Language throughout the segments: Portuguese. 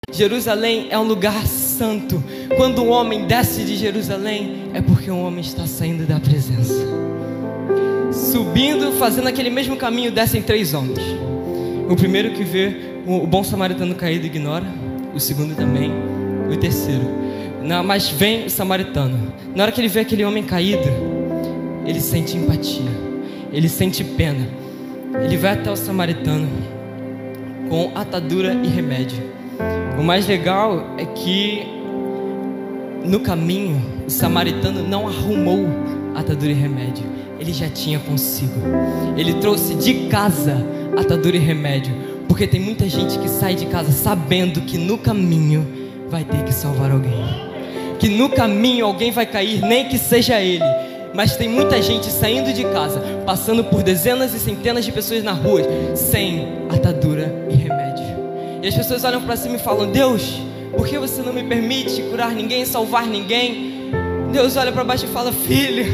Jerusalém é um lugar santo. Quando um homem desce de Jerusalém, é porque um homem está saindo da presença. Subindo, fazendo aquele mesmo caminho, descem 3 homens. O primeiro que vê o bom samaritano caído ignora. O segundo também. O terceiro. Mas vem o samaritano. Na hora que ele vê aquele homem caído, ele sente empatia, ele sente pena. Ele vai até o samaritano com atadura e remédio. O mais legal é que no caminho o samaritano não arrumou atadura e remédio, ele já tinha consigo. Ele trouxe de casa atadura e remédio, porque tem muita gente que sai de casa sabendo que no caminho vai ter que salvar alguém, que no caminho alguém vai cair, nem que seja ele. Mas tem muita gente saindo de casa, passando por dezenas e centenas de pessoas na rua, sem atadura e remédio. E as pessoas olham para cima e falam: Deus, por que você não me permite curar ninguém, salvar ninguém? Deus olha para baixo e fala: filho,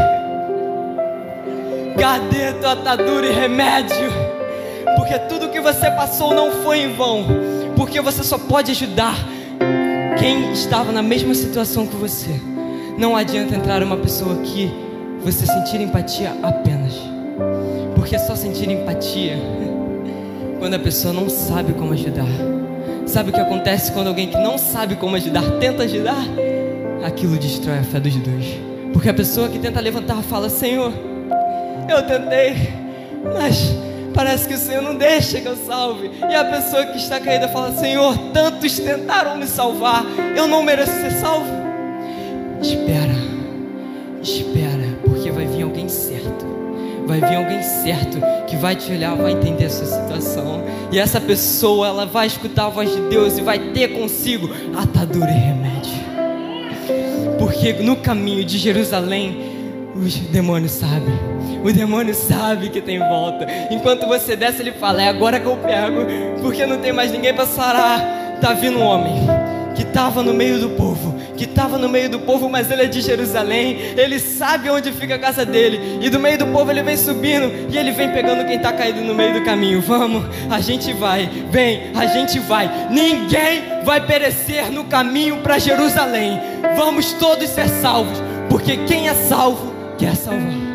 cadê tua atadura e remédio? Porque tudo que você passou não foi em vão, porque você só pode ajudar quem estava na mesma situação que você. Não adianta entrar uma pessoa aqui, você sentir empatia apenas, porque só sentir empatia quando a pessoa não sabe como ajudar. Sabe o que acontece quando alguém que não sabe como ajudar tenta ajudar? Aquilo destrói a fé dos dois. Porque a pessoa que tenta levantar fala: Senhor, eu tentei, mas parece que o Senhor não deixa que eu salve. E a pessoa que está caída fala: Senhor, tantos tentaram me salvar, eu não mereço ser salvo. Espera, porque vai vir alguém certo. Vai vir alguém certo que vai te olhar, vai entender a sua situação. E essa pessoa, ela vai escutar a voz de Deus e vai ter consigo atadura e remédio. Porque no caminho de Jerusalém, os demônios sabem. O demônio sabe que tem volta. Enquanto você desce, ele fala: é agora que eu pego, porque não tem mais ninguém para sarar. Tá vindo um homem que estava no meio do povo, mas ele é de Jerusalém, ele sabe onde fica a casa dele, e do meio do povo ele vem subindo, e ele vem pegando quem está caído no meio do caminho. Vamos, a gente vai, vem, a gente vai, ninguém vai perecer no caminho para Jerusalém, vamos todos ser salvos, porque quem é salvo, quer salvar.